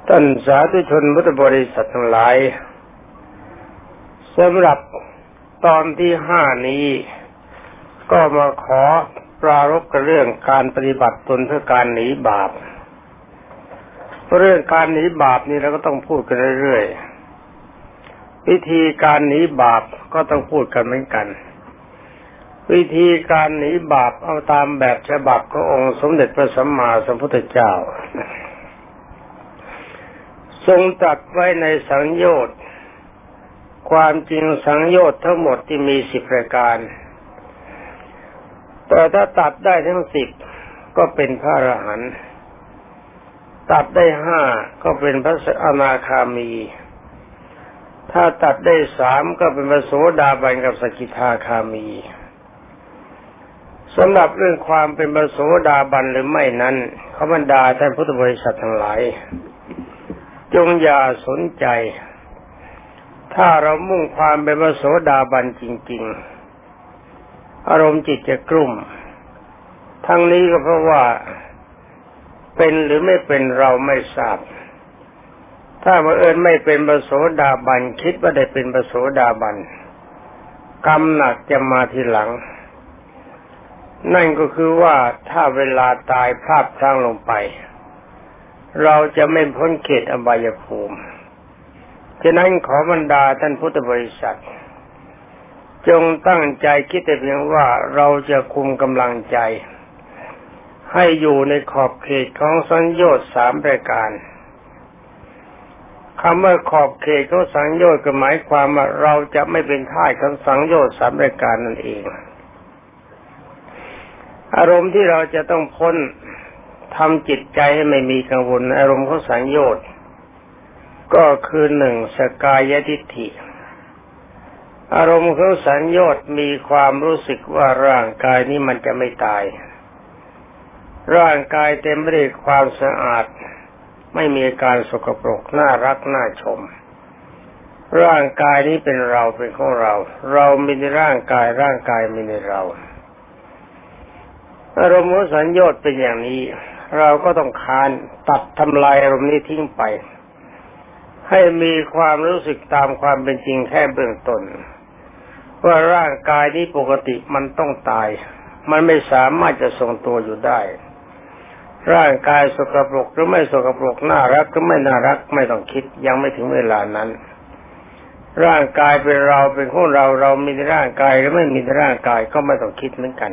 ท่านสาธุชนพุทธบริษัททั้งหลายสำหรับตอนที่5นี้ก็มาขอปรารภกับเรื่องการปฏิบัติตนเพื่อการหนีบาปเรื่องการหนีบาปนี่เราก็ต้องพูดกันเรื่อยๆวิธีการหนีบาปก็ต้องพูดกันเหมือนกันวิธีการหนีบาปเอาตามแบบฉบับขององค์สมเด็จพระสัมมาสัมพุทธเจ้าทรงตรัสไว้ในสังโยชน์ความจริงสังโยชน์ทั้งหมดที่มี10ประการแต่ถ้าตัดได้ทั้ง10ก็เป็นพระอรหันต์ตัดได้5ก็เป็นพระอนาคามีถ้าตัดได้3ก็เป็นพระโสดาบันกับสกิทาคามีสำหรับเรื่องความเป็นพระโสดาบันหรือไม่นั้นขอบรรดาท่านพุทธบริษัททั้งหลายจงอย่าสนใจถ้าเรามุ่งความเป็นพระโสดาบันจริงๆอารมณ์จิตจะกลุ่มทั้งนี้ก็เพราะว่าเป็นหรือไม่เป็นเราไม่ทราบถ้าบังเอิญไม่เป็นพระโสดาบันคิดว่าได้เป็นพระโสดาบันกรรมหนักจะมาทีหลังนั่นก็คือว่าถ้าเวลาตายพลาดพลั้งลงไปเราจะไม่พ้นเขตอบายภูมิฉะนั้นขอบรรดาท่านพุทธบริษัทจงตั้งใจคิดแต่เพียงว่าเราจะคุมกำลังใจให้อยู่ในขอบเขตของสังโยชน์3ประการคำว่าขอบเขตของสังโยชน์ก็หมายความว่าเราจะไม่เป็นทาสของสังโยชน์3ประการนั่นเองอารมณ์ที่เราจะต้องพ้นทำจิตใจให้ไม่มีกังวลอารมณ์ของสังโยชน์ก็คือ1สกายทิฏฐิอารมณ์ของสังโยชน์มีความรู้สึกว่าร่างกายนี้มันจะไม่ตายร่างกายเต็มไปด้วยความสะอาดไม่มีการสกปรกน่ารักน่าชมร่างกายนี้เป็นเราเป็นของเราเรามีในร่างกายร่างกายมีในเราอารมณ์ของสัญญาเป็นอย่างนี้เราก็ต้องค้านตัดทำลายอารมณ์นี้ทิ้งไปให้มีความรู้สึกตามความเป็นจริงแค่เบื้องต้นว่าร่างกายนี้ปกติมันต้องตายมันไม่สามารถจะทรงตัวอยู่ได้ร่างกายสกปรกหรือไม่สกปรกน่ารักหรือไม่น่ารักไม่ต้องคิดยังไม่ถึงเวลานั้นร่างกายเป็นเราเป็นของเราเรามีในร่างกายหรือไม่มีในร่างกายก็ไม่ต้องคิดเหมือนกัน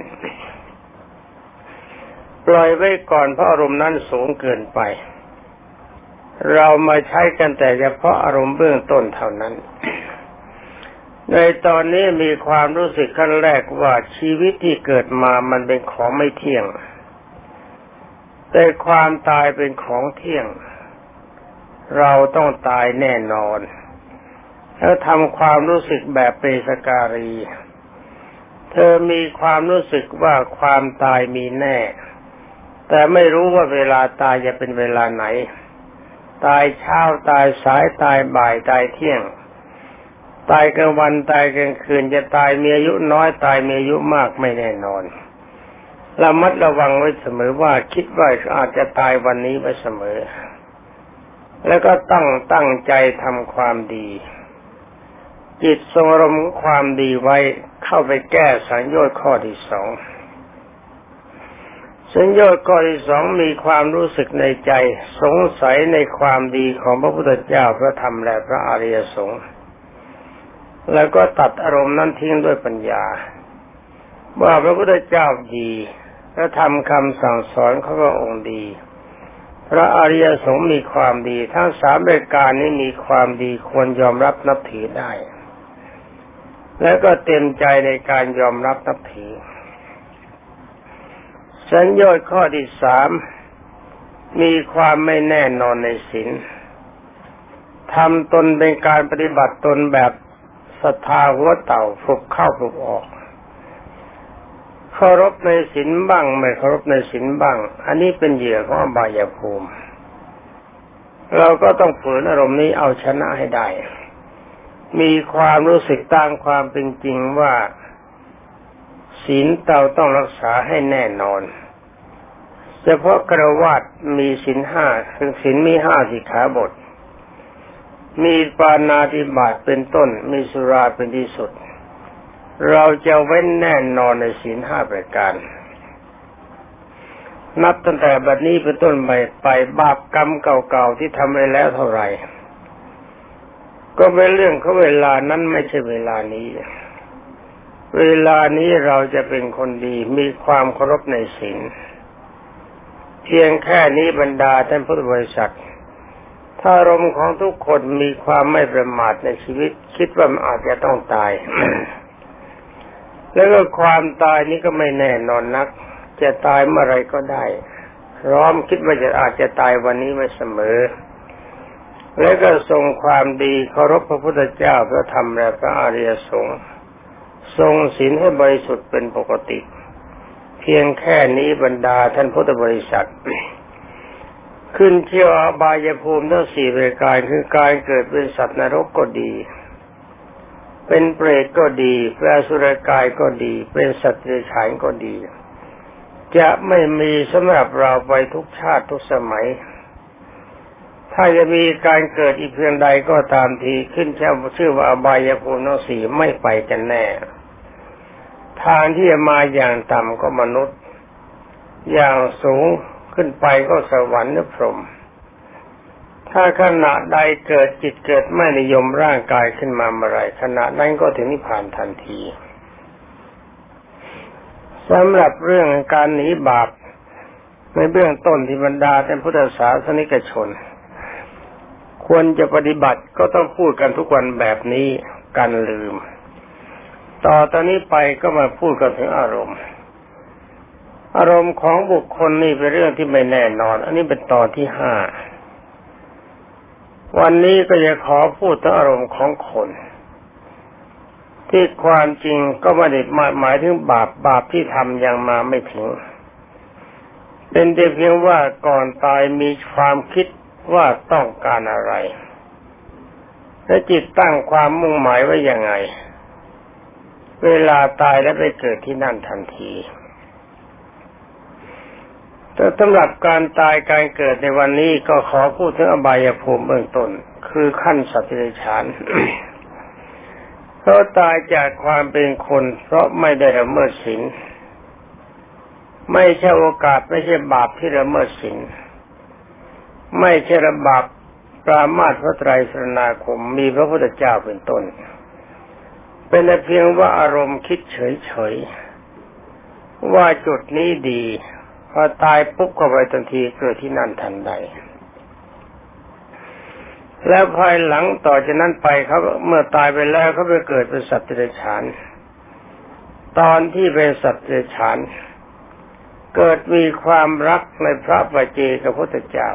ปล่อยไว้ก่อนเพราะอารมณ์นั้นสูงเกินไปเรามาใช้กันแต่เฉพาะอารมณ์เบื้องต้นเท่านั้นในตอนนี้มีความรู้สึกขั้นแรกว่าชีวิตที่เกิดมามันเป็นของไม่เที่ยงแต่ความตายเป็นของเที่ยงเราต้องตายแน่นอนแล้วทำความรู้สึกแบบเปสการีเธอมีความรู้สึกว่าความตายมีแน่แต่ไม่รู้ว่าเวลาตายจะเป็นเวลาไหนตายเช้าตายสายตายบ่ายตายเที่ยงตายกลางวันตายกลางคืนจะตายมีอายุน้อยตายมีอายุมากไม่แน่นอนระมัดระวังไว้เสมอว่าคิดว่าอาจจะตายวันนี้ไว้เสมอแล้วก็ตั้งใจทำความดีจิตทรงอารมณ์ความดีไว้เข้าไปแก้สังโยชน์ข้อที่2สังโยชน์ข้อที่2มีความรู้สึกในใจสงสัยในความดีของพระพุทธเจ้าพระธรรมและพระอริยสงฆ์แล้วก็ตัดอารมณ์นั้นทิ้งด้วยปัญญาว่าพระพุทธเจ้าดีพระธรรมคำสั่งสอนของพระองค์ดีพระอริยสงฆ์มีความดีทั้ง3ประการนี้มีความดีควรยอมรับนับถือได้แล้วก็เต็มใจในการยอมรับนับถือสัญญาข้อที่3มีความไม่แน่นอนในศีลทำตนเป็นการปฏิบัติตนแบบศรัทธาหัวเต่าฝึกเข้าฝึกออกเคารพในศีลบ้างไม่เคารพในศีลบ้างอันนี้เป็นเหยื่อของอบายภูมิเราก็ต้องฝืนอารมณ์นี้เอาชนะให้ได้มีความรู้สึกตามความเป็นจริงว่าศีลเราต้องรักษาให้แน่นอนเฉพาะฆราวาสมีศีลห้าคือศีลมี5สิกขาบทมีปาณาติบาตเป็นต้นมีสุราเป็นที่สุดเราจะเว้นแน่นอนในศีล5ประการนับตั้งแต่บัดนี้เป็นต้นไปบาปกรรมเก่าๆที่ทำไปแล้วเท่าไหร่ก็เป็นเรื่องของเวลานั้นไม่ใช่เวลานี้เวลานี้เราจะเป็นคนดีมีความเคารพในศีลเพียงแค่นี้บรรดาท่านพุทธบริษัทถ้าอารมณ์ของทุกคนมีความไม่ประมาทในชีวิตคิดว่ามันอาจจะต้องตาย แล้วก็ความตายนี้ก็ไม่แน่นอนนักจะตายเมื่อไรก็ได้พร้อมคิดว่าอาจจะตายวันนี้ไว้เสมอแล้วก็ทรงความดีเคารพพระพุทธเจ้าพระธรรมและพระอริยสงฆ์ทรงศีลให้บริสุทธิ์เป็นปกติเพียงแค่นี้บรรดาท่านพุทธบริษัทขึ้นเที่ยวอบายภูมิทั้ง4ประการคือการเกิดเป็นสัตว์นรกก็ดีเป็นเปรตก็ดีเป็นอสุรกายก็ดีเป็นสัตว์เดรัจฉานก็ดีจะไม่มีสำหรับเราไปทุกชาติทุกสมัยถ้าจะมีการเกิดอีกเพียงใดก็ตามทีขึ้นชื่อว่าอบายภูมิทั้ง4ไม่ไปกันแน่ทางที่จะมาอย่างต่ำก็มนุษย์อย่างสูงขึ้นไปก็สวรรค์หรือพรหมถ้าขณะใดเกิดจิตเกิดไม่นิยมร่างกายขึ้นมาเมื่อไรขณะนั้นก็ถึงนิพพานทันทีสำหรับเรื่องการหนีบาปในเบื้องต้นที่บรรดาท่านพุทธศาสนิกชนควรจะปฏิบัติก็ต้องพูดกันทุกวันแบบนี้กันลืมต่อตอนนี้ไปก็มาพูดกันถึงอารมณ์ของบุคคลนี่เป็นเรื่องที่ไม่แน่นอนอันนี้เป็นตอนที่5วันนี้ก็จะขอพูดถึงอารมณ์ของคนที่ความจริงก็ไม่ได้หมายถึงบาปที่ทำยังมาไม่ถึงเป็นแต่เพียงว่าก่อนตายมีความคิดว่าต้องการอะไรและจิตตั้งความมุ่งหมายไว้ยังไงเวลาตายแล้วไปเกิดที่นั่นทันทีแต่สำหรับการตายการเกิดในวันนี้ก็ขอพูดถึงอบายภูมิเบื้องต้นคือขั้นสัตว์เดรัจฉาน เพราะตายจากความเป็นคนเพราะไม่ได้ละเมิดศีลไม่ใช่โอกาสไม่ใช่บาปที่ละเมิดศีลไม่ใช่บาปปรามาสพระไตรสรณาคมมีพระพุทธเจ้าเป็นต้นเป็นแต่เพียงว่าอารมณ์คิดเฉยๆว่าจุดนี้ดีพอตายปุ๊บก็ไปทันทีเกิดที่นั่นทันใดแล้วภายหลังต่อจากนั้นไปเขาเมื่อตายไปแล้วเขาไปเกิดเป็นสัตว์เดรัจฉานตอนที่เป็นสัตว์เดรัจฉานเกิดมีความรักในพระปัจเจกพุทธเจ้า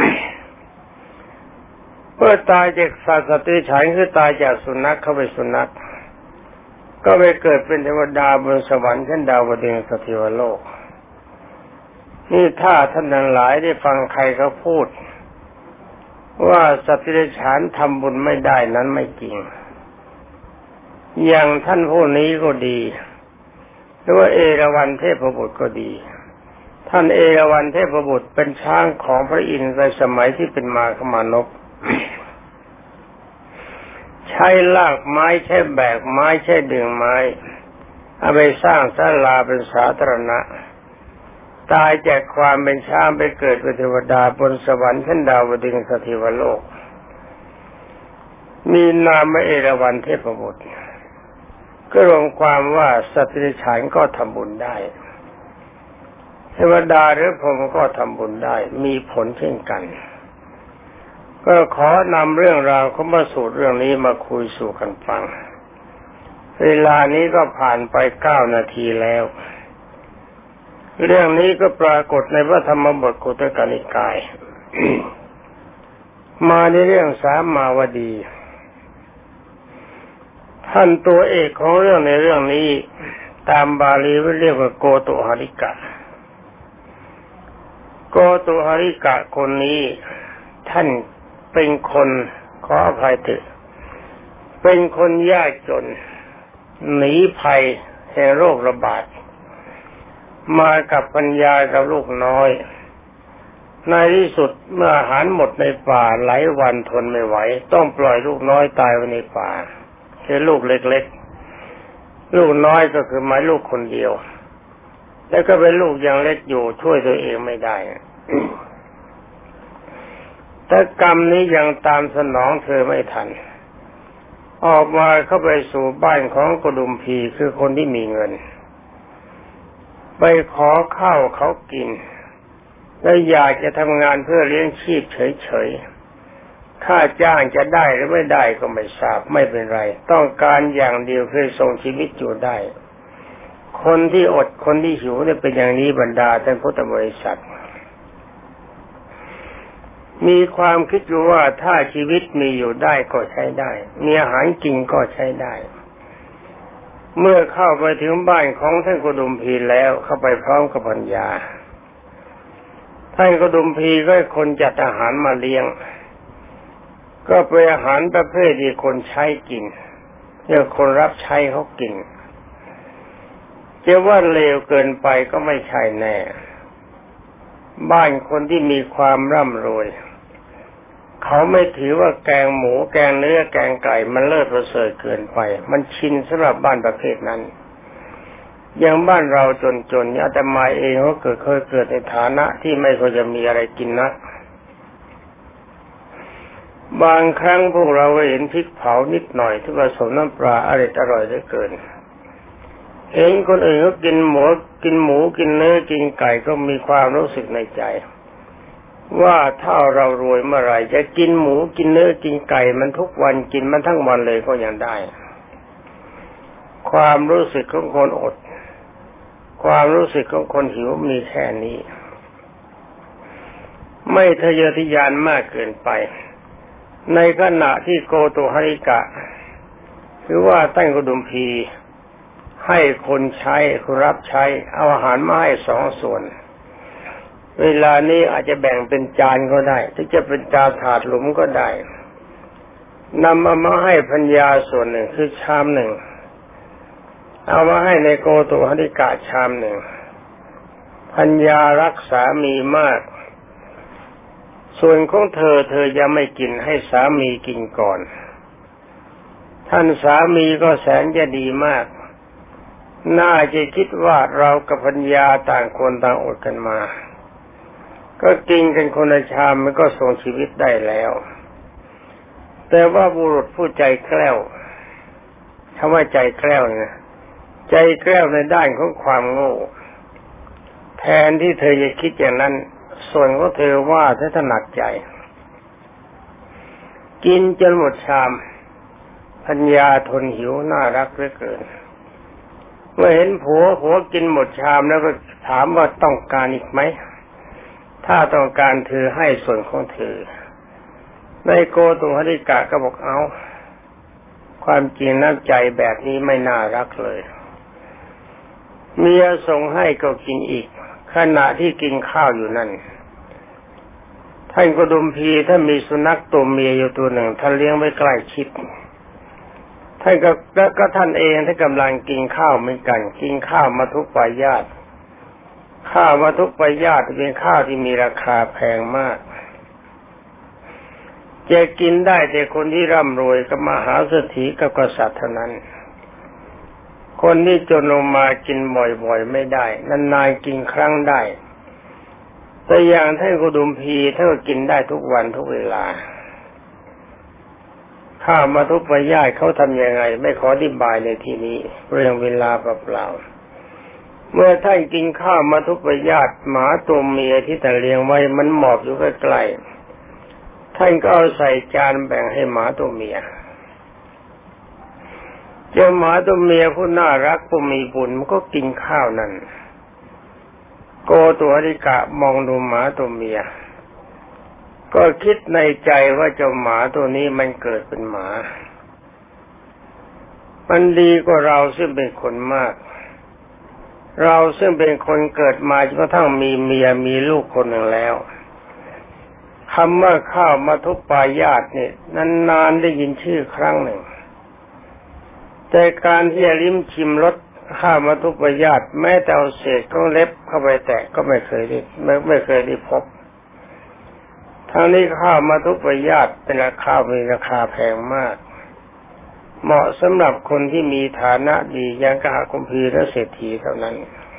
เมื่อตายจากสัตว์เดรัจฉานคือตายจากสุนัขเข้าไปสุนัขก็ไปเกิดเป็นเทวดาบนสวรรค์ชั้นดาวดึงส์สถิวโลกนี่ถ้าท่านทั้งหลายได้ฟังใครเขาพูดว่าสัตว์เดรัจฉานทำบุญไม่ได้นั้นไม่จริงอย่างท่านผู้นี้ก็ดีหรือว่าเอราวัณเทพบุตรก็ดีท่านเอราวัณเทพบุตรเป็นช้างของพระอินทร์ในสมัยที่เป็นมาคมานพ ใช้ลากไม้ใช้แบกไม้ใช้ดึงไม้เอาไปสร้างศาลาเป็นสาธารณะตายจากความเป็นช้างไปเกิดเป็นเทวดาบนสวรรค์ชั้นดาวดึงส์สถิวโลกมีนามว่าเอราวัณเทพบุตรก็รวมความว่าสัตว์เดรัจฉานก็ทำบุญได้เทวดาหรือพรหมก็ทำบุญได้มีผลเช่นกันก็ขอนำเรื่องราวของพระสูตรเรื่องนี้มาคุยสู่กันฟังเวลานี้ก็ผ่านไป9 นาทีแล้วเรื่องนี้ก็ปรากฏในพระธรรมบทกุตกนิกาย มาในเรื่องสามาวดีท่านตัวเอกของเรื่องในเรื่องนี้ตามบาลีเรียกว่าโกตุหริกะโกตุหริกะคนนี้ท่านเป็นคนขออภัยเถอะเป็นคนยากจนหนีภัยแห่งโรคระบาดมากับปัญญากับลูกน้อยในที่สุดเมื่ออาหารหมดในป่าหลายวันทนไม่ไหวต้องปล่อยลูกน้อยตายไว้ในป่าคือลูกเล็กๆลูกน้อยก็คือหมายลูกคนเดียวแล้วก็เป็นลูกยังเล็กอยู่ช่วยตัวเองไม่ได้ ถ้ากรรมนี้ยังตามสนองเธอไม่ทันออกมาเข้าไปสู่บ้านของกดุมพีคือคนที่มีเงินไปขอข้าวเขากินและอยากจะทำงานเพื่อเลี้ยงชีพเฉยๆค่าจ้างจะได้หรือไม่ได้ก็ไม่ทราบไม่เป็นไรต้องการอย่างเดียวคือส่งชีวิตอยู่ได้คนที่อดคนที่หิวเนี่ยเป็นอย่างนี้บรรดาท่านพุทธบริษัทมีความคิดอยู่ว่าถ้าชีวิตมีอยู่ได้ก็ใช้ได้มีอาหารกินก็ใช้ได้เมื่อเข้าไปถึงบ้านของท่านกดุมพีแล้วเข้าไปพร้อมกับปัญญาท่านกดุมพีก็ให้คนจัดอาหารมาเลี้ยงก็เป็นอาหารประเภทที่คนใช้กินเรียกคนรับใช้เขากินจะว่าเลวเกินไปก็ไม่ใช่แน่บ้านคนที่มีความร่ำรวยเขาไม่ถือว่าแกงหมูแกงเนื้อแกงไก่มันเลิศประเสริฐเกินไปมันชินสำหรับบ้านประเภทนั้นอย่างบ้านเราจนๆอาตมาเองก็เคยเกิดในฐานะที่ไม่ค่อยจะมีอะไรกินนักบางครั้งพวกเราเห็นพริกเผานิดหน่อยที่ผสมน้ำปลาอร่อยเหลือเกินเห็นคนอื่นเขากินหมูกินเนื้อกินไก่ก็มีความรู้สึกในใจว่าถ้าเรารวยเมื่อไหร่จะกินหมูกินเนื้อกินไก่มันทุกวันกินมันทั้งวันเลยก็ยังได้ความรู้สึกของคนอดความรู้สึกของคนหิวมีแค่นี้ไม่ทะเยอทะยานมากเกินไปในขณะที่โกตุหริกะคือว่าท่านกดุมพีให้คนใช้คนรับใช้เอาอาหารมาให้2 ส่วนเวลานี้อาจจะแบ่งเป็นจานก็ได้หรือจะเป็นจานถาดหลุมก็ได้นำมาให้พัญญาส่วนหนึ่งคือชามหนึ่งเอามาให้ในโกตุหริกะชามหนึ่งพัญญารักสามีมากส่วนของเธอยังไม่กินให้สามีกินก่อนท่านสามีก็แสนจะดีมากน่าจะคิดว่าเรากับพัญญาต่างคนต่างอดกันมาก็กินกันคนละชามมันก็ส่งชีวิตได้แล้วแต่ว่าบุรุษผู้ใจแกล้วคำว่าใจแกล้วนะใจแกล้วในด้านของความโง่แทนที่เธอจะคิดอย่างนั้นส่วนของเธอว่าเธอถนัดใจกินจนหมดชามพัญญาทนหิวน่ารักเหลือเกินเมื่อเห็นผัวกินหมดชามแล้วก็ถามว่าต้องการอีกไหมถ้าต้องการเธอให้ส่วนของเธอในโกตุหริกะก็บอกเอาความจริงน้ำใจแบบนี้ไม่น่ารักเลยเมียส่งให้ก็กินอีกขณะที่กินข้าวอยู่นั่นท่านกดุมพีถ้ามีสุนัขตัวเมียอยู่ตัวหนึ่งท่านเลี้ยงไว้ใกล้ชิดท่านก็ท่านเองท่านกำลังกินข้าวเหมือนกันกินข้าวมัทุปายาตข้าวมัทุปายาตเป็นข้าวที่มีราคาแพงมากจะกินได้แต่คนที่ร่ำรวยกับมหาเศรษฐีกับกษัตริย์เท่านั้นคนที่จนลงมากินบ่อยๆไม่ได้นานๆกินครั้งได้แต่อย่างท่านกดุมพีท่านก็กินได้ทุกวันทุกเวลาข้าวมัทุปายาตเขาทำยังไงไม่ขออธิบายในที่นี้เรื่องเวลาเปล่าๆเมื่อท่านกินข้าวมัทุปายาตหมาตัวเมียที่ท่านเลี้ยงไว้มันหมอบอยู่ใกล้ๆท่านก็เอาใส่จานแบ่งให้หมาตัวเมียเจ้าหมาตัวเมียผู้น่ารักผู้มีบุญมันก็กินข้าวนั่นโกตุหริกะมองดูหมาตัวเมียก็คิดในใจว่าเจ้าหมาตัวนี้มันเกิดเป็นหมามันดีกว่าเราซึ่งเป็นคนมากเราซึ่งเป็นคนเกิดมาจนกระทั่งมีเมียมีลูกคนหนึ่งแล้วคำว่าข้าวมัทุปายาตเนี่ยนานๆได้ยินชื่อครั้งหนึ่งแต่การที่จะลิ้มชิมรสข้าวมัทุปายาตแม้แต่เอาเศษของเล็บเข้าไปแตะก็ไม่เคยได้พบทั้งนี้ข้าวมัทุปายาตเป็นราคาแพงมากเหมาะสำหรับคนที่มีฐานะดีอย่างกหคัมภีร์และเศรษฐีเท่านั้น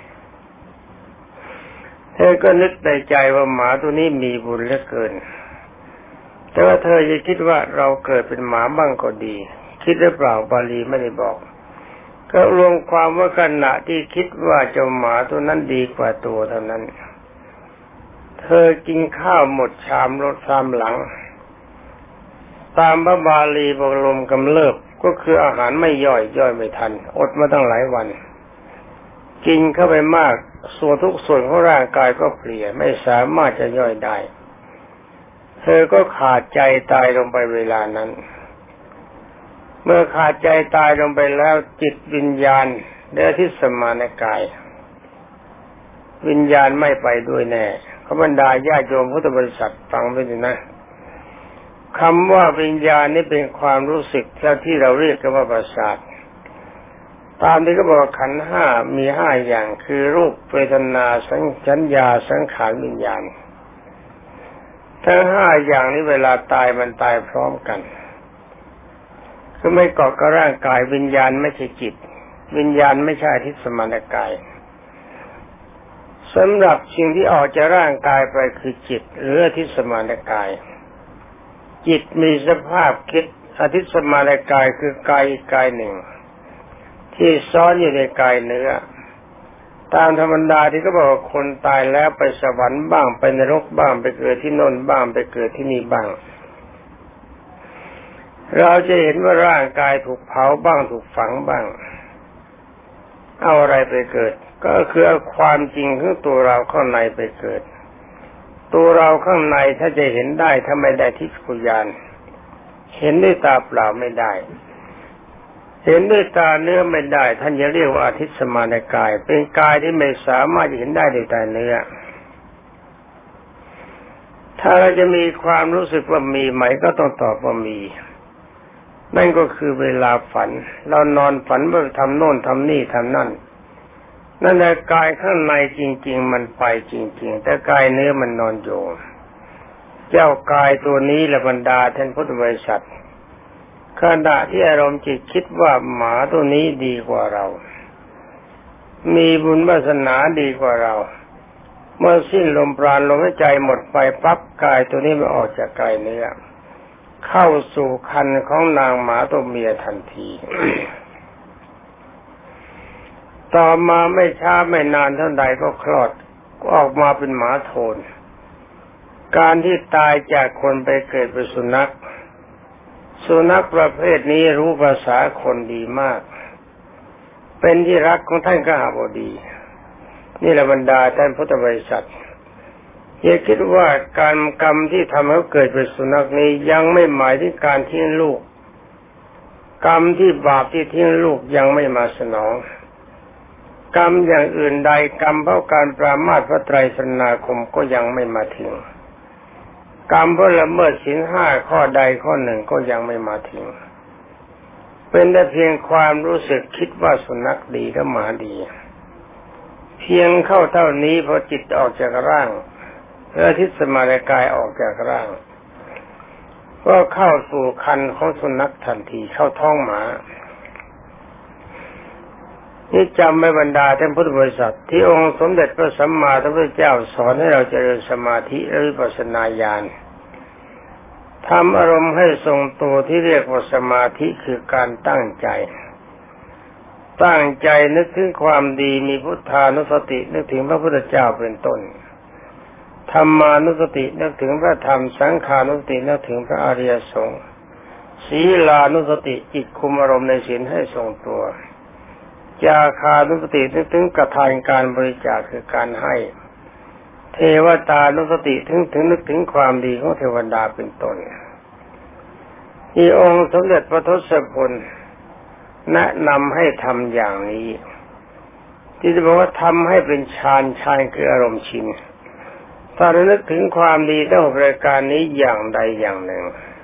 เธอก็นึกในใจว่าหมาตัวนี้มีบุญเหลือเกินแต่ว่าเธอจะคิดว่าเราเกิดเป็นหมาบ้างก็ดีคิดหรือเปล่าบาลีไม่ได้บอกก็รวมความว่าขณะที่คิดว่าเจ้าหมาตัวนั้นดีกว่าตัวเท่านั้นเธอกินข้าวหมดชามรสชามหลังตามพระบาลีบอกลมกำเริบก็คืออาหารไม่ย่อยไม่ทันอดมาตั้งหลายวันกินเข้าไปมากส่วนทุกส่วนของร่างกายก็เพลียไม่สามารถจะย่อยได้เธอก็ขาดใจตายลงไปเวลานั้นเมื่อขาดใจตายลงไปแล้วจิตวิญญาณได้ทิสมานกายวิญญาณไม่ไปด้วยแน่ขบรรดาญาติโยมพุทธบริษัทฟังไว้ดีนะคำว่าวิญญาณนี่เป็นความรู้สึกที่เราเรียกกันว่าประสาทตามที่เขาบอกขันธ์ห้ามีห้าอย่างคือรูปเวทนาสัญญาสังขารวิญญาณทั้งห้าอย่างนี้เวลาตายมันตายพร้อมกันคือไม่เกาะกับร่างกายวิญญาณไม่ใช่จิตวิญญาณไม่ใช่ทิสมานกายสำหรับสิ่งที่ออกจากร่างกายไปคือจิตหรือทิสมานกายจิตมีสภาพคิดอทิสมานกายคือกายอีกกายหนึ่งที่ซ้อนอยู่ในกายเนื้อตามธรรมดาที่เขาบอกว่าคนตายแล้วไปสวรรค์บ้างไปนรกบ้างไปเกิดที่โน่นบ้างไปเกิดที่นี่บ้างเราจะเห็นว่าร่างกายถูกเผาบ้างถูกฝังบ้างเอาอะไรไปเกิดก็คือเอาความจริงของตัวเราข้างในไปเกิดตัวเราข้างในถ้าจะเห็นได้ถ้าไม่ได้ทิพยญาณเห็นด้วยตาเปล่าไม่ได้เห็นด้วยตาเนื้อไม่ได้ท่านจะเรียกว่าอทิสมานกายเป็นกายที่ไม่สามารถจะเห็นได้ด้วยตาเนื้อถ้าเราจะมีความรู้สึกว่ามีไหมก็ต้องตอบว่ามีนั่นก็คือเวลาฝันเรานอนฝันว่าทำโน่นทำนี่ทำนั่นนั่นแหละกายข้างในจริงๆมันไปจริงๆแต่กายเนื้อมันนอนอยู่เจ้ากายตัวนี้และบรรดาท่านพุทธบริษัทขณะที่อารมณ์จิตคิดว่าหมาตัวนี้ดีกว่าเรามีบุญวาสนาดีกว่าเราเมื่อสิ้นลมปราณลมหายใจหมดไปปั๊บกายตัวนี้มันออกจากกายเนื้อเข้าสู่คันของนางหมาตัวเมียทันที ต่อมาไม่ช้าไม่นานเท่าใดก็คลอดออกมาเป็นหมาโทนการที่ตายจากคนไปเกิดเป็นสุนัขประเภทนี้รู้ภาษาคนดีมากเป็นที่รักของท่านกหบดีนี่แหละบรรดาท่านพุทธบริษัทอย่าคิดว่าการกรรมที่ทำให้เกิดเป็นสุนัขนี้ยังไม่หมายถึงการทิ้งลูกกรรมที่บาปที่ทิ้งลูกยังไม่มาสนองกรรมอย่างอื่นใดกรรมเพราะการปรามาสพระไตรสรณาคมก็ยังไม่มาถึงกรรมเพราะละเมิดศีลห้าข้อใดข้อหนึ่งก็ยังไม่มาถึงเป็นแต่เพียงความรู้สึกคิดว่าสุนัขดีและหมาดีเพียงเข้าเท่านี้พอจิตออกจากร่างและทิสมานกายออกจากร่างก็เข้าสู่คันของสุนัขทันทีเข้าท้องหมานี่จำไว้บรรดาท่านพุทธบริษัทที่องค์สมเด็จพระสัมมาสัมพุทธเจ้าสอนให้เราเจริญสมาธิและวิปัสสนาญาณทำอารมณ์ให้ทรงตัวที่เรียกว่าสมาธิคือการตั้งใจนึกถึงความดีมีพุทธานุสตินึกถึงพระพุทธเจ้าเป็นต้นธรรมานุสตินึกถึงพระธรรมสังฆานุสตินึกถึงพระอริยสงฆ์ศีลานุสติจิตคุมอารมณ์ในศีลให้ทรงตัวจาคานุสตินึกถึงกฐานการบริจาคคือการให้เทวตานุสตินึกถึงความดีของเทวดาเป็นต้นที่องค์สมเด็จพระทศพลแนะนำให้ทำอย่างนี้ที่จะบอกว่าทำให้เป็นฌานคืออารมณ์ชินถ้านึกถึงความดีทั้งประการนี้อย่างใดอย่างหนึ่ง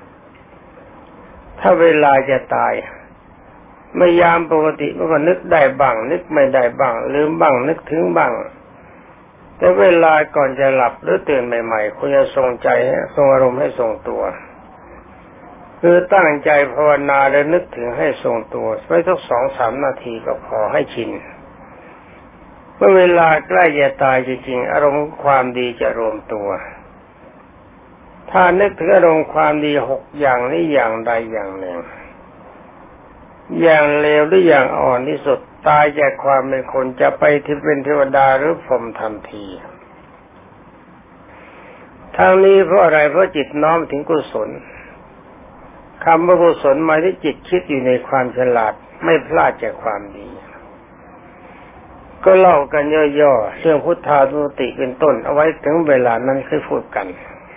ถ้าเวลาจะตายไม่ยามปกติมันก็นึกได้บ้างนึกไม่ได้บ้างลืมบ้างนึกถึงบ้างแต่เวลาก่อนจะหลับหรือตื่นใหม่ๆควรจะทรงใจทรงอารมณ์ให้ทรงตัวคือตั้งใจภาวนาและนึกถึงให้ทรงตัวไว้สัก 2-3 นาทีก็พอให้ชินเมื่อเวลาใกล้จะตายจริงๆอารมณ์ความดีจะรวมตัวถ้านึกถึงอารมณ์ความดี6อย่างนี้อย่างใดอย่างหนึ่งอย่างเลวหรืออย่างอ่อนที่สุดตายจากความเป็นคนจะไปที่เป็นเทวดาหรือพรหมทันทีทางนี้เพราะอะไรเพราะจิตน้อมถึงกุศลคำว่ากุศลหมายถึงจิตคิดอยู่ในความฉลาดไม่พลาดจากความดีก็เล่ากันย่อๆเรื่องพุทธานุสติเป็นต้นเอาไว้ถึงเวลานั้นค่อยพูดกัน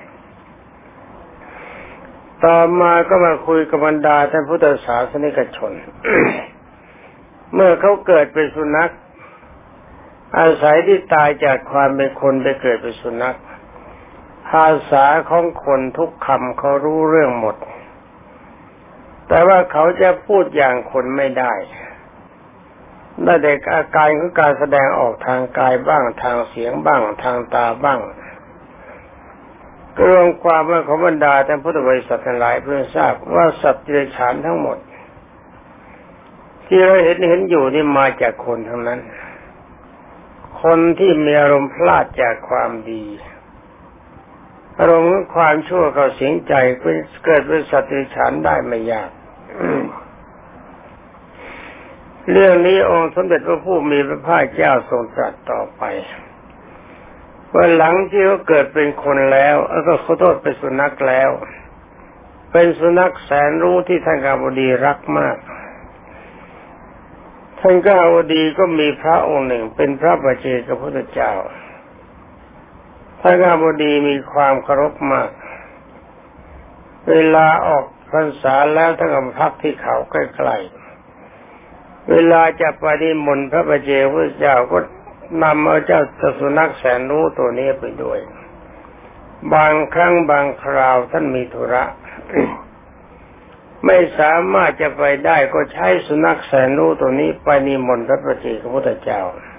ต่อมาก็มาคุยกับบรรดาท่านพุทธศาสนิกชน เมื่อเขาเกิดเป็นสุนัขอาศัยที่ตายจากความเป็นคนไปเกิดเป็นสุนัขภาษาของคนทุกคำเขารู้เรื่องหมดแต่ว่าเขาจะพูดอย่างคนไม่ได้ได้แต่อาการของการแสดงออกทางกายบ้างทางเสียงบ้างทางตาบ้างรวมความว่าของบรรดาท่านพุทธบริษัททั้งหลายเพื่อทราบว่าสัตว์เดรัจฉานทั้งหมดที่เราเห็นอยู่นี่มาจากคนทั้งนั้นคนที่มีอารมณ์พลาดจากความดีอารมณ์ของความชั่วเข้าสิงใจเกิดเป็นสัตว์เดรัจฉานได้ไม่ยาก เรื่องนี้องค์สมเด็จพระผู้มีพระภาคเจ้าทรงตรัสต่อไปว่าหลังที่เขาเกิดเป็นคนแล้วก็ขอโทษเป็นสุนัขแล้วเป็นสุนัขแสนรู้ที่ท่านกาบดีรักมากท่านกาบดีก็มีพระองค์หนึ่งเป็นพระปัจเจกพุทธเจ้าท่านกาบดีมีความเคารพมากเวลาออกพรรษาแล้วท่านก็พักที่เขาใกล้ๆเวลาจะไปนิมนต์พระปัจเจกพุทธเจ้าก็นำเอาเจ้าสุนัขแสนรู้ตัวนี้ไปด้วยบางครั้งบางคราวท่านมีธุระ ไม่สามารถจะไปได้ก็ใช้สุนัขแสนรู้ตัวนี้ไปนิมนต์พระปัจเจกพุทธเจ้า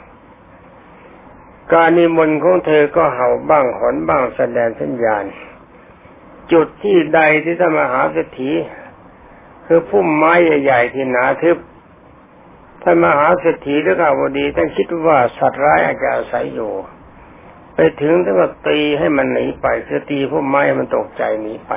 การนิมนต์ของเธอก็เห่าบ้างหอนบ้างแสดงสัญญาณจุดที่ใดที่ท่านมหาเศรษฐีคือพุ่มไม้ใหญ่ๆที่หนาทึบท่านมหาเศรษฐีและกาบดีท่านคิดว่าสัตว์ร้ายอาจจะอาศัยอยู่ไปถึงท่านก็ตีให้มันหนีไปคือตีพุ่มไม้มันตกใจหนีไป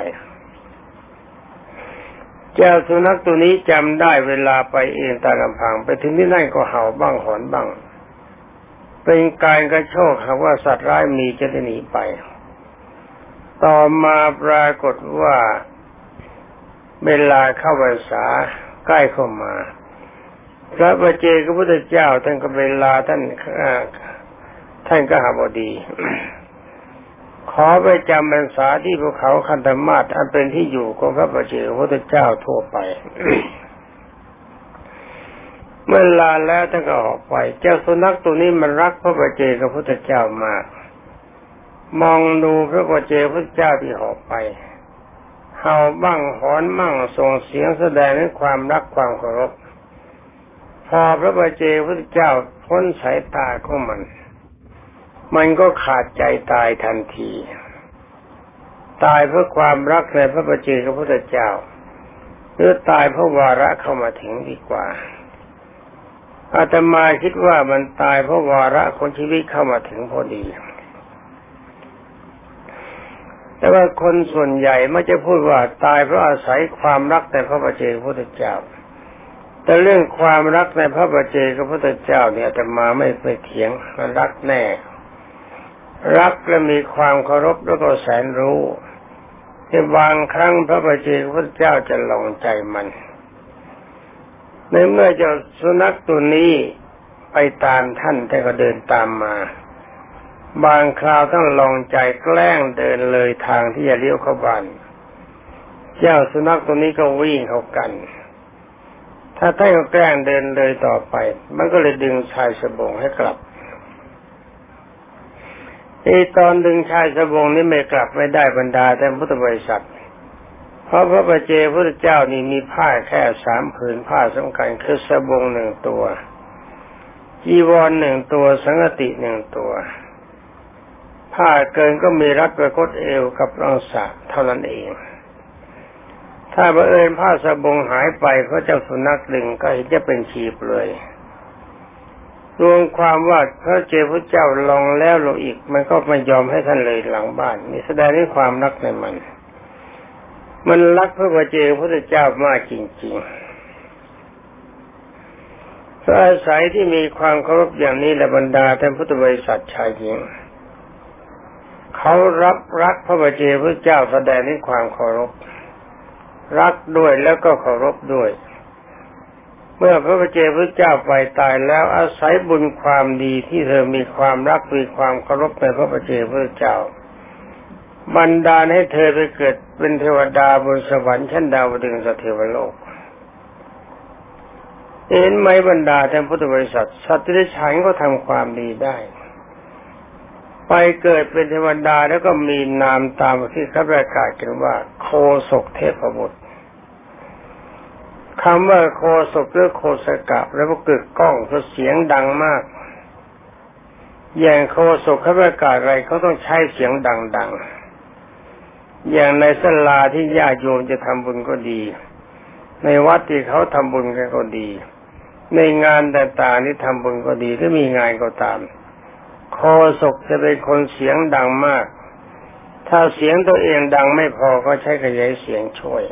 เจ้าสุนัขตัวนี้จำได้เวลาไปเองตามลำพังไปถึงที่นั่นก็เห่าบ้างหอนบ้างเป็นการกระโชกหาว่าสัตว์ร้ายมีจะได้หนีไปต่อมาปรากฏว่าเวลาเข้าพรรษาใกล้เข้ามาพระปัจเจกพุทธเจ้าท่านก็เวลาท่านกหบดี ขอไปจำพรรษาที่ภูเขาคันธมาศอันเป็นที่อยู่ของพระปัจเจกพุทธเจ้าทั่วไป เมื่อลาแล้วท่านก็ออกไปเจ้าสุนัขตัวนี้มันรักพระปัจเจกพุทธเจ้ามากมองดูพระปัจเจกพุทธเจ้าที่ออกไปเห่าบ้างหอนบ้างส่งเสียงแสดงถึงความรักความเคารพพอพระปัจเจกพุทธเจ้าพ้นสายตาของมันก็ขาดใจตายทันทีตายเพราะความรักในพระปัจเจกพุทธเจ้าหรือตายเพราะวาระเข้ามาถึงดีกว่าอาตมาคิดว่ามันตายเพราะวาระคนชีวิตเข้ามาถึงพอดีแต่ว่าคนส่วนใหญ่ไม่จะพูดว่าตายเพราะอาศัยความรักในพระปัจเจกพุทธเจ้าแต่เรื่องความรักในพระปัจเจกพุทธเจ้าเนี่ยอาตมาไม่ไปเถียงมันรักแน่รักและมีความเคารพแล้วก็แสนรู้ที่บางครั้งพระปัจเจกพุทธเจ้าจะลงใจมันในเมื่อเจ้าสุนัขตัวนี้ไปตามท่านแต่ก็เดินตามมาบางคราวต้องลองใจแกล้งเดินเลยทางที่จะเลี้ยวเข้าบ้านเจ้าสุนัขตัวนี้ก็วิ่งเข้ากันถ้าท่านแกล้งเดินเลยต่อไปมันก็เลยดึงชายสบงให้กลับตอนดึงชายสบงนี้ไม่กลับไม่ได้บรรดาแต่พุทธบริษัทเพราะพระปัจเจกพุทธเจ้านี่มีผ้าแค่3 ผืนผ้าสำคัญคือสบง1 ตัวจีวร1 ตัวสังฆติ1 ตัวถ้าเกินก็มีรัดประคตเอวกับรองสะเท่านั้นเองถ้าบังเอิญผ้าสบงหายไปเพราะเจ้าสุนัขดึงก็เห็นจะเป็นชีพเลยรวมความว่าพระเจ้าพระเจ้าลองแล้วลงอีกมันก็ไม่ยอมให้ท่านเลยหลังบ้านนี่แสดงถึงความรักในมันรักพระเจ้าพระเจ้ามากจริงๆเพราะอาศัยที่มีความเคารพอย่างนี้และบรรดาท่านพุทธบริษัทชายหญิงเขารักพระเจ้าพระเจ้าแสดงถึงความเคารพรักด้วยแล้วก็เคารพด้วยเมื่อพระเจ้าพระเจ้าไปตายแล้วอาศัยบุญความดีที่เธอมีความรักมีความเคารพในพระเจ้าพระเจ้าบันดาลให้เธอไปเกิดเป็นเทวดาบนสวรรค์ชั้นดาวดึงสเทวโลกเห็นไหมบรรดาท่านพุทธบริษัทสัตว์ที่ได้ฉันก็ทำความดีได้ไปเกิดเป็นเทวดาแล้วก็มีนามตามที่เขาประกาศกันว่าโคศกเทพบุตรคำว่าโคศกหรือโคสกะแล้วก็กึกก้องเพราะเสียงดังมากอย่างโคศกเขาประกาศอะไรเขาต้องใช้เสียงดังๆอย่างในศาลาที่ญาติโยมจะทำบุญก็ดีในวัดที่เขาทำบุญกันก็ดีในงานต่างๆที่ทำบุญก็ดีหรือมีงานก็ตามโคศกจะเป็นคนเสียงดังมากถ้าเสียงตัวเองดังไม่พอก็ใช้ขยายเสียงช่วย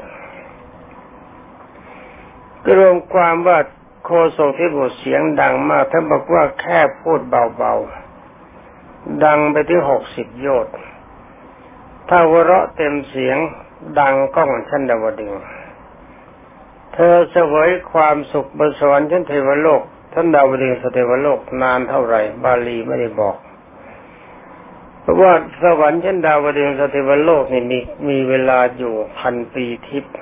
รวมความว่าโคศกที่พูดเสียงดังมากท่านบอกว่าแค่พูดเบาๆดังไปถึง60 โยชน์ถ้าหัวเราะเต็มเสียงดังก้องชั้นดาวดึงส์เธอเสวยความสุขบนสวรรค์ชั้นเทวโลกท่านดาวดึงส์เทวโลกนานเท่าไหร่บาลีไม่ได้บอกเพราะว่าสวรรค์ชั้นดาวดึงส์เทวโลกนี่มีเวลาอยู่1,000 ปีทิพย์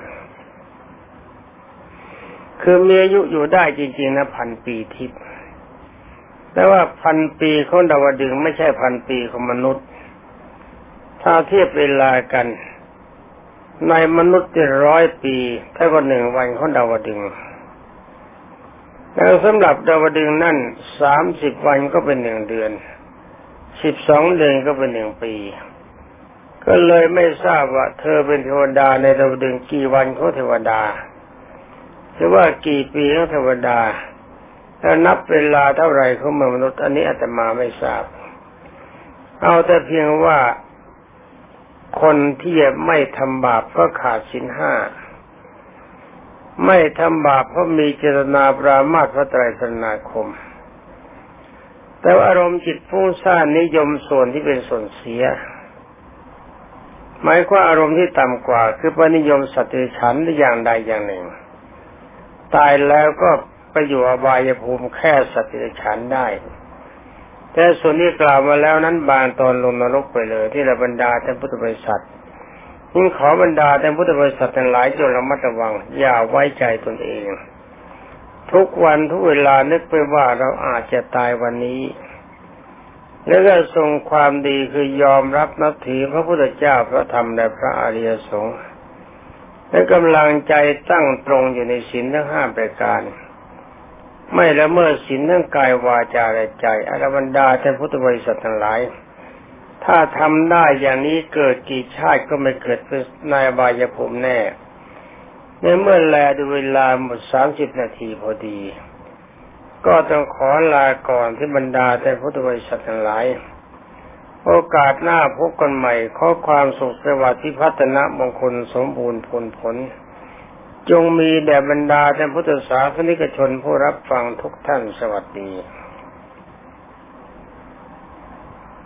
คือมีอายุอยู่ได้จริงๆนะ1,000 ปีทิพย์แต่ว่า1,000 ปีของดาวดึงส์ไม่ใช่1,000 ปีของมนุษย์ถ้าเทียบเวลากันในมนุษย์100 ปีเท่ากับ1 วันของดาวดึงส์แล้วสำหรับดาวดึงส์นั่น30 วันก็เป็น1 เดือน12 เดือนก็เป็น1 ปีก็เลยไม่ทราบว่าเธอเป็นเทวดาในดาวดึงส์กี่วันของเทวดาหรือว่ากี่ปีของเทวดาถ้านับเวลาเท่าไรของมนุษย์อันนี้อาตมาไม่ทราบเอาแต่เพียงว่าคนที่ไม่ทำบาปก็ขาดศีล 5ไม่ทำบาปเพราะมีเจตนาปรามาสพระไตรสรณคมแต่อารมณ์จิตฟุ้งซ่านนิยมส่วนที่เป็นส่วนเสียหมายความอารมณ์ที่ต่ำกว่าคือปณิยมสัตว์เดรัจฉานอย่างใดอย่างหนึ่งตายแล้วก็ไปอยู่อบายภูมิแค่สัตว์เดรัจฉานได้แต่ส่วนที่กล่าวมาแล้วนั้นบางตอนลงนรกไปเลยที่บรรดาท่านพุทธบริษัทยิ่งขอบรรดาท่านพุทธบริษัททั้งหลายจงระมัดระวังอย่าไว้ใจตนเองทุกวันทุกเวลานึกไปว่าเราอาจจะตายวันนี้แล้วก็ทรงความดีคือยอมรับนับถือพระพุทธเจ้าพระธรรมและพระอริยสงฆ์และกำลังใจตั้งตรงอยู่ในศีลทั้ง5 ประการไม่ละเมิดศีลทั้งกายวาจาและใจอรบรรดาท่านพุทธบริษัททั้งหลายถ้าทำได้อย่างนี้เกิดกี่ชาติก็ไม่เกิดเป็นนายอบายภูมิแน่ในเมื่อแลดูเวลาหมด30 นาทีพอดีก็ต้องขอลาก่อนที่บรรดาท่านพุทธบริษัททั้งหลายโอกาสหน้าพบกันใหม่ขอความสุขสวัสดิ์พิพัฒนมงคลสมบูรณ์ผลจงมีแด่บรรดาท่านพุทธศาสนิกชนผู้รับฟังทุกท่านสวัสดี